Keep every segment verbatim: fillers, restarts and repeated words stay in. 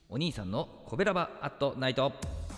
お兄さんのコベラバアットナイト。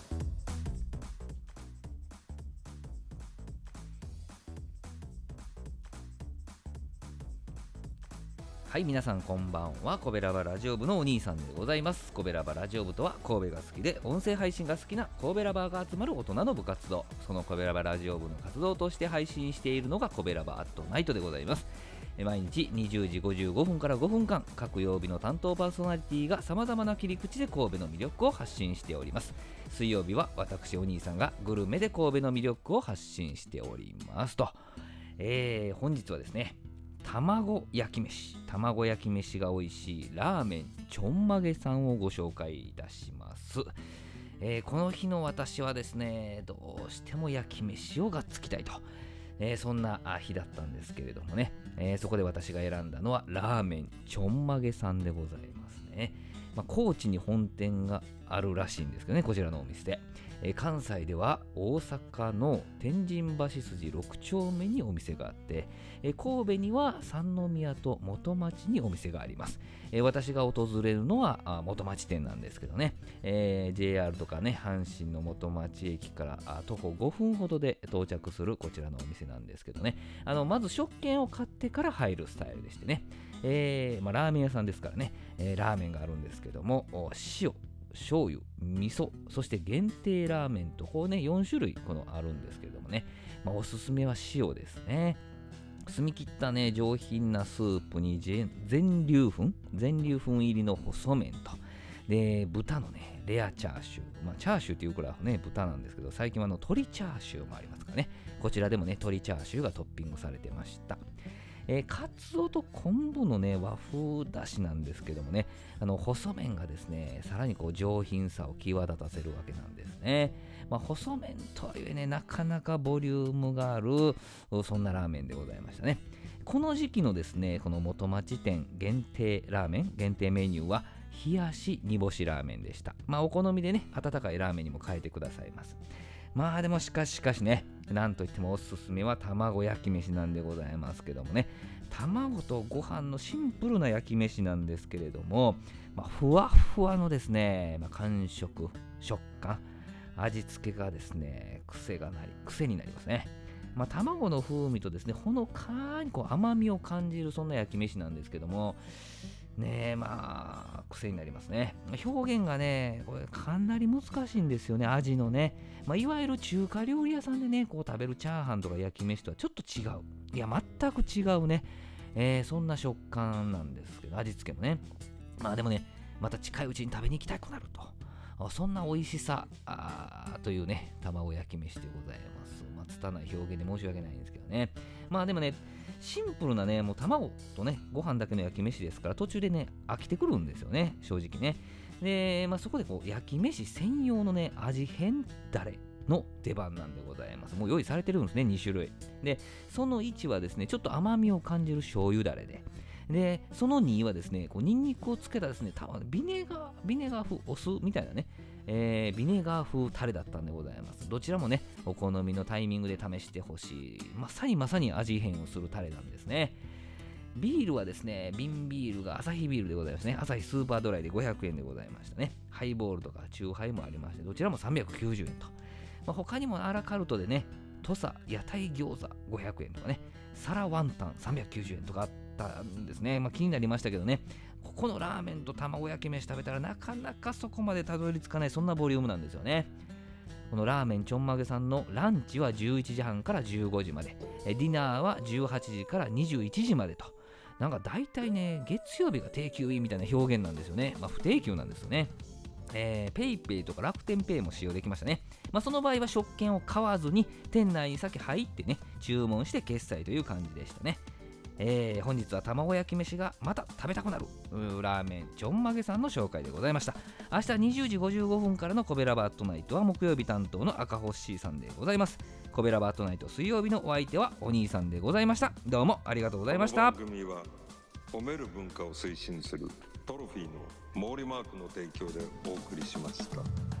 はい、皆さんこんばんは。コベラバラジオ部のお兄さんでございます。コベラバラジオ部とは、神戸が好きで音声配信が好きな神戸ラバーが集まる大人の部活動。そのコベラバラジオ部の活動として配信しているのがコベラバアットナイトでございます。毎日にじゅうじごじゅうごふんからごふんかん、各曜日の担当パーソナリティがさまざまな切り口で神戸の魅力を発信しております。水曜日は私お兄さんがグルメで神戸の魅力を発信しておりますと、えー、本日はですね、卵焼き飯卵焼き飯が美味しいラーメンちょんまげさんをご紹介いたします。えー、この日の私はですね、どうしても焼き飯をがっつきたいと、えー、そんな日だったんですけれどもね、えー、そこで私が選んだのはラーメンちょんまげさんでございますね。まあ、高知に本店があるらしいんですけどね、こちらのお店で、えー、関西では大阪の天神橋筋ろく丁目にお店があって、えー、神戸には三宮と元町にお店があります。えー、私が訪れるのはあ元町店なんですけどね、えー、ジェイアール とかね、阪神の元町駅からあ徒歩ごふんほどで到着するこちらのお店なんですけどね、あのまず食券を買ってから入るスタイルでしてね、えーまあ、ラーメン屋さんですからね、えー、ラーメンがあるんですけども、塩、醤油、味噌、そして限定ラーメンとこうねよん種類このあるんですけれどもね、まあ、おすすめは塩ですね。澄み切ったね上品なスープに全粒粉全粒粉入りの細麺と、で豚のねレアチャーシュー、まあチャーシューっていうくらいね豚なんですけど、最近はあの鶏チャーシューもありますからね、こちらでもね鶏チャーシューがトッピングされてました。えー、カツオと昆布のね和風だしなんですけどもね、あの細麺がですねさらにこう上品さを際立たせるわけなんですね。まあ、細麺とはいえねなかなかボリュームがあるそんなラーメンでございましたね。この時期のですねこの元町店限定ラーメン限定メニューは冷やし煮干しラーメンでした。まあお好みでね温かいラーメンにも変えてくださいます。まあでもしかししかしね、なんといってもおすすめは卵焼き飯なんでございますけどもね、卵とご飯のシンプルな焼き飯なんですけれども、まあ、ふわふわのですね、まあ、感触、食感、味付けがですね、癖がなり、癖になりますね。まあ、卵の風味とですね、ほのかにこう甘みを感じるそんな焼き飯なんですけども、ねえ、まあ癖になりますね。表現がねこれかなり難しいんですよね、味のね、まあ、いわゆる中華料理屋さんでねこう食べるチャーハンとか焼き飯とはちょっと違う、いや全く違うね、えー、そんな食感なんですけど、味付けもね、まあでもねまた近いうちに食べに行きたくなると、そんな美味しさというね卵焼き飯でございます。まあ拙い表現で申し訳ないんですけどね、まあでもねシンプルなねもう卵とねご飯だけの焼き飯ですから、途中でね飽きてくるんですよね、正直ね。で、まあ、そこでこう焼き飯専用のね味変だれの出番なんでございます。もう用意されてるんですね、に種類で、そのいちはですねちょっと甘みを感じる醤油だれで、でそのにはですねこうニンニクをつけたですねたビネガービネガー風お酢みたいなね、えー、ビネガー風タレだったんでございます。どちらもねお好みのタイミングで試してほしい、まさにまさに味変をするタレなんですね。ビールはですね瓶ビールがアサヒビールでございますね。アサヒスーパードライでごひゃくえんでございましたね。ハイボールとかチューハイもありまして、どちらもさんびゃくきゅうじゅうえんと、まあ、他にもアラカルトでね土佐屋台餃子ごひゃくえんとかね、サラワンタンさんびゃくきゅうじゅうえんとかあったんですね。まあ、気になりましたけどね、ここのラーメンと卵焼き飯食べたらなかなかそこまでたどり着かない、そんなボリュームなんですよね。このラーメンちょんまげさんのランチはじゅういちじはんからじゅうごじまで、ディナーはじゅうはちじからにじゅういちじまでと、なんか大体ね月曜日が定休日みたいな表現なんですよね。まあ不定休なんですよね。えー、ペイペイとか楽天ペイも使用できましたね。まあ、その場合は食券を買わずに店内に先入ってね注文して決済という感じでしたね。えー、本日は卵焼き飯がまた食べたくなるラーメンちょんまげさんの紹介でございました。明日にじゅうじごじゅうごふんからのコベラバートナイトは木曜日担当の赤星さんでございます。コベラバートナイト水曜日のお相手はお兄さんでございました。どうもありがとうございました。 この番組は褒める文化を推進するトロフィーの毛利マークの提供でお送りしました。